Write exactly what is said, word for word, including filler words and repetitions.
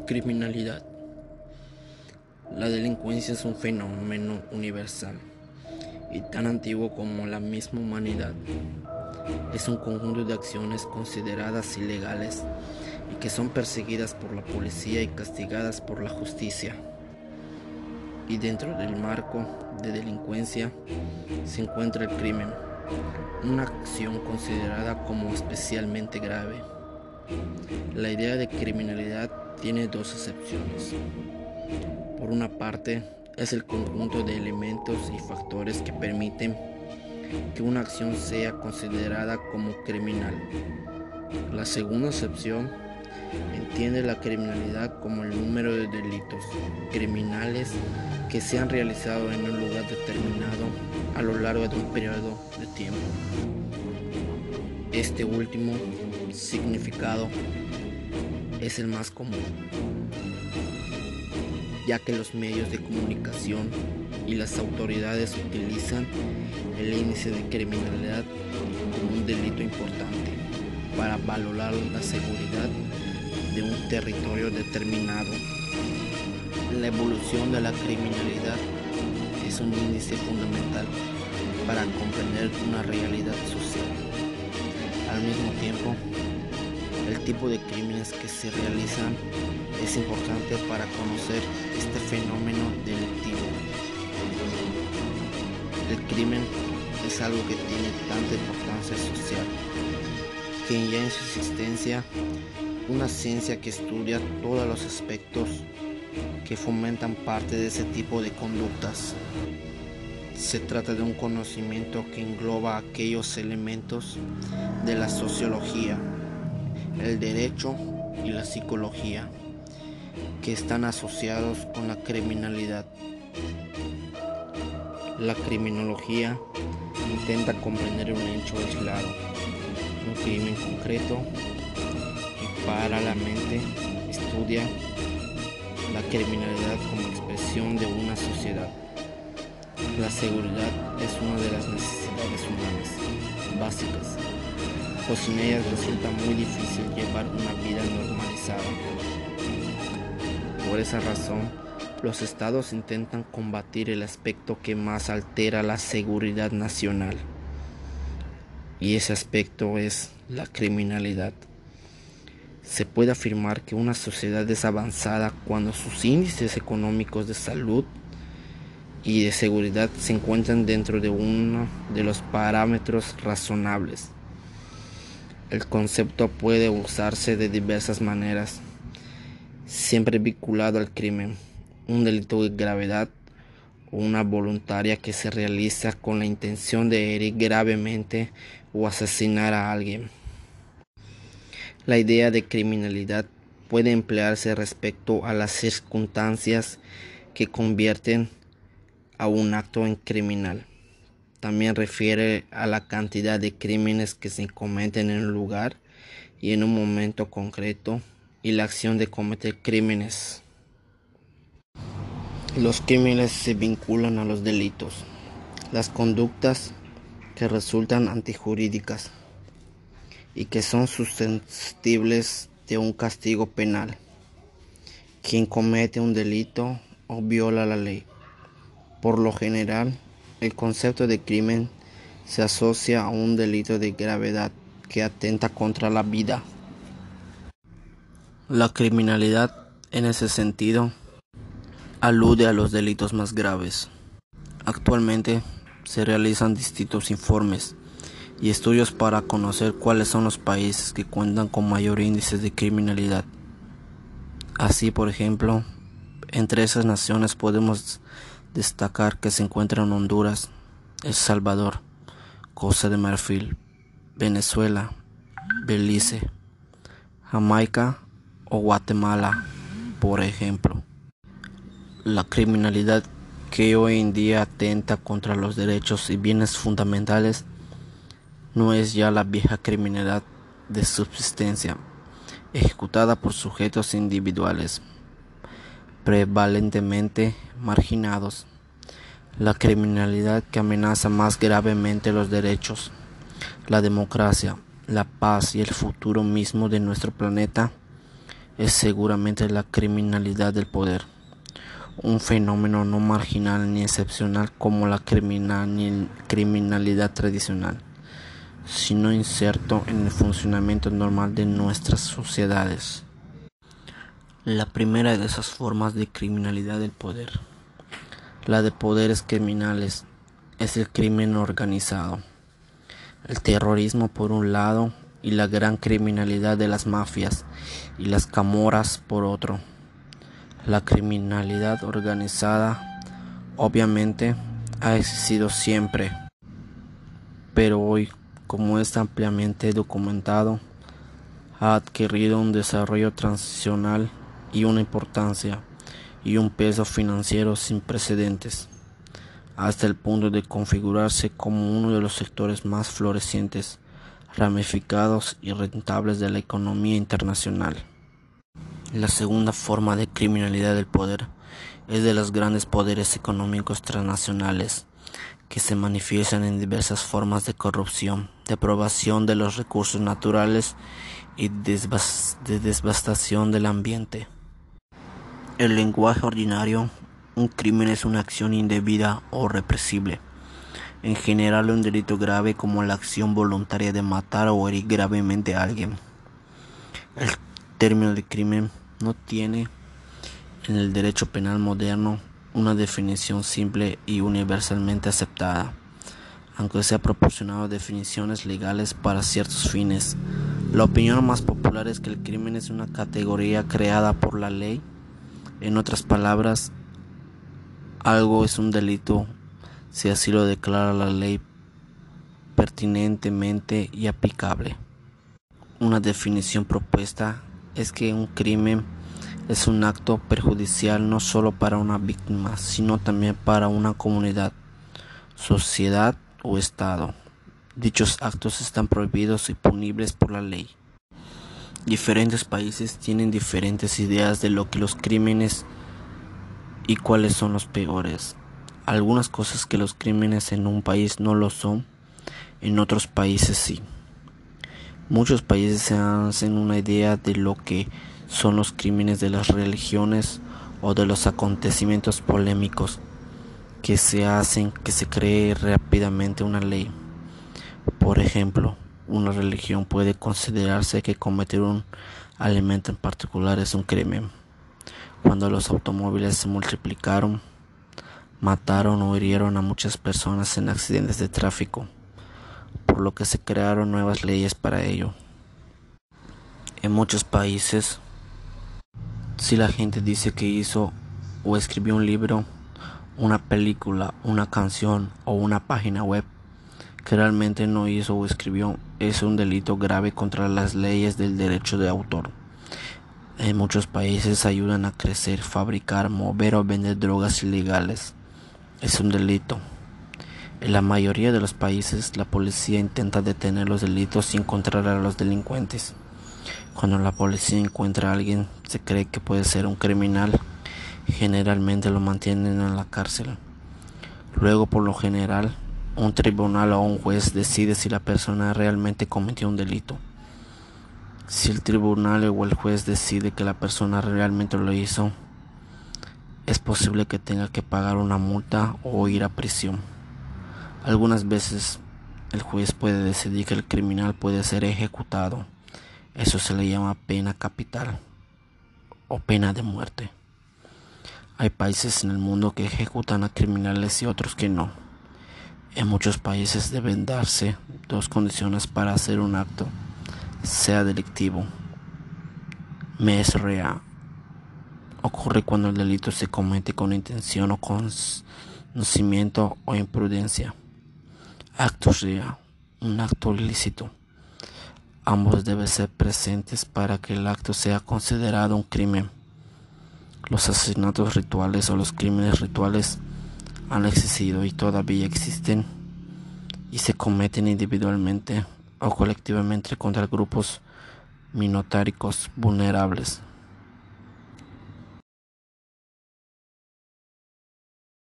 Criminalidad. La delincuencia es un fenómeno universal y tan antiguo como la misma humanidad. Es un conjunto de acciones consideradas ilegales y que son perseguidas por la policía y castigadas por la justicia. Y dentro del marco de delincuencia se encuentra el crimen, una acción considerada como especialmente grave. La idea de criminalidad tiene dos acepciones. Por una parte, es el conjunto de elementos y factores que permiten que una acción sea considerada como criminal. La segunda acepción entiende la criminalidad como el número de delitos criminales que se han realizado en un lugar determinado a lo largo de un periodo de tiempo. Este último significado es el más común, ya que los medios de comunicación y las autoridades utilizan el índice de criminalidad como un delito importante para valorar la seguridad de un territorio determinado. La evolución de la criminalidad es un índice fundamental para comprender una realidad social. Al mismo tiempo, el tipo de crímenes que se realizan es importante para conocer este fenómeno delictivo. El crimen es algo que tiene tanta importancia social que ya en su existencia una ciencia que estudia todos los aspectos que fomentan parte de ese tipo de conductas. Se trata de un conocimiento que engloba aquellos elementos de la sociología, el derecho y la psicología que están asociados con la criminalidad. La criminología intenta comprender un hecho aislado, un crimen concreto, y paralelamente estudia la criminalidad como expresión de una sociedad. La seguridad es una de las necesidades humanas básicas, pues sin ellas resulta muy difícil llevar una vida normalizada. Por esa razón, los estados intentan combatir el aspecto que más altera la seguridad nacional, y ese aspecto es la criminalidad. Se puede afirmar que una sociedad es avanzada cuando sus índices económicos de salud y de seguridad se encuentran dentro de uno de los parámetros razonables. El concepto puede usarse de diversas maneras, siempre vinculado al crimen, un delito de gravedad o una voluntaria que se realiza con la intención de herir gravemente o asesinar a alguien. La idea de criminalidad puede emplearse respecto a las circunstancias que convierten a un acto en criminal. También refiere a la cantidad de crímenes que se cometen en un lugar y en un momento concreto y la acción de cometer crímenes. Los crímenes se vinculan a los delitos, las conductas que resultan antijurídicas y que son susceptibles de un castigo penal. Quien comete un delito o viola la ley. Por lo general, el concepto de crimen se asocia a un delito de gravedad que atenta contra la vida. La criminalidad, en ese sentido, alude a los delitos más graves. Actualmente se realizan distintos informes y estudios para conocer cuáles son los países que cuentan con mayor índice de criminalidad. Así, por ejemplo, entre esas naciones podemos destacar que se encuentran Honduras, El Salvador, Costa de Marfil, Venezuela, Belice, Jamaica o Guatemala, por ejemplo. La criminalidad que hoy en día atenta contra los derechos y bienes fundamentales no es ya la vieja criminalidad de subsistencia, ejecutada por sujetos individuales, prevalentemente marginados. La criminalidad que amenaza más gravemente los derechos, la democracia, la paz y el futuro mismo de nuestro planeta es seguramente la criminalidad del poder, un fenómeno no marginal ni excepcional como la criminal, criminalidad tradicional, sino inserto en el funcionamiento normal de nuestras sociedades. La primera de esas formas de criminalidad del poder, la de poderes criminales, es el crimen organizado. El terrorismo por un lado y la gran criminalidad de las mafias y las camorras por otro. La criminalidad organizada obviamente ha existido siempre, pero hoy, como es ampliamente documentado, ha adquirido un desarrollo transicional y una importancia y un peso financiero sin precedentes, hasta el punto de configurarse como uno de los sectores más florecientes, ramificados y rentables de la economía internacional. La segunda forma de criminalidad del poder es de los grandes poderes económicos transnacionales, que se manifiestan en diversas formas de corrupción, depravación de los recursos naturales y de devastación del ambiente. El lenguaje ordinario, un crimen es una acción indebida o represible, en general un delito grave como la acción voluntaria de matar o herir gravemente a alguien. El término de crimen no tiene en el derecho penal moderno una definición simple y universalmente aceptada, aunque se ha proporcionado definiciones legales para ciertos fines. La opinión más popular es que el crimen es una categoría creada por la ley. En otras palabras, algo es un delito si así lo declara la ley pertinentemente y aplicable. Una definición propuesta es que un crimen es un acto perjudicial no solo para una víctima, sino también para una comunidad, sociedad o Estado. Dichos actos están prohibidos y punibles por la ley. Diferentes países tienen diferentes ideas de lo que los crímenes y cuáles son los peores. Algunas cosas que los crímenes en un país no lo son, en otros países sí. Muchos países se hacen una idea de lo que son los crímenes de las religiones o de los acontecimientos polémicos que se hacen que se cree rápidamente una ley. Por ejemplo, una religión puede considerarse que cometer un elemento en particular es un crimen. Cuando los automóviles se multiplicaron, mataron o hirieron a muchas personas en accidentes de tráfico, por lo que se crearon nuevas leyes para ello. En muchos países, si la gente dice que hizo o escribió un libro, una película, una canción o una página web que realmente no hizo o escribió, es un delito grave contra las leyes del derecho de autor. En muchos países ayudan a crecer, fabricar, mover o vender drogas ilegales. Es un delito. En la mayoría de los países, la policía intenta detener los delitos y encontrar a los delincuentes. Cuando la policía encuentra a alguien, se cree que puede ser un criminal. Generalmente lo mantienen en la cárcel. Luego, por lo general, un tribunal o un juez decide si la persona realmente cometió un delito. Si el tribunal o el juez decide que la persona realmente lo hizo, es posible que tenga que pagar una multa o ir a prisión. Algunas veces el juez puede decidir que el criminal puede ser ejecutado. Eso se le llama pena capital o pena de muerte. Hay países en el mundo que ejecutan a criminales y otros que no. En muchos países deben darse dos condiciones para hacer un acto sea delictivo. Mens rea. Ocurre cuando el delito se comete con intención o conocimiento o imprudencia. Actus rea, un acto ilícito. Ambos deben ser presentes para que el acto sea considerado un crimen. Los asesinatos rituales o los crímenes rituales han existido y todavía existen y se cometen individualmente o colectivamente contra grupos minoritarios vulnerables.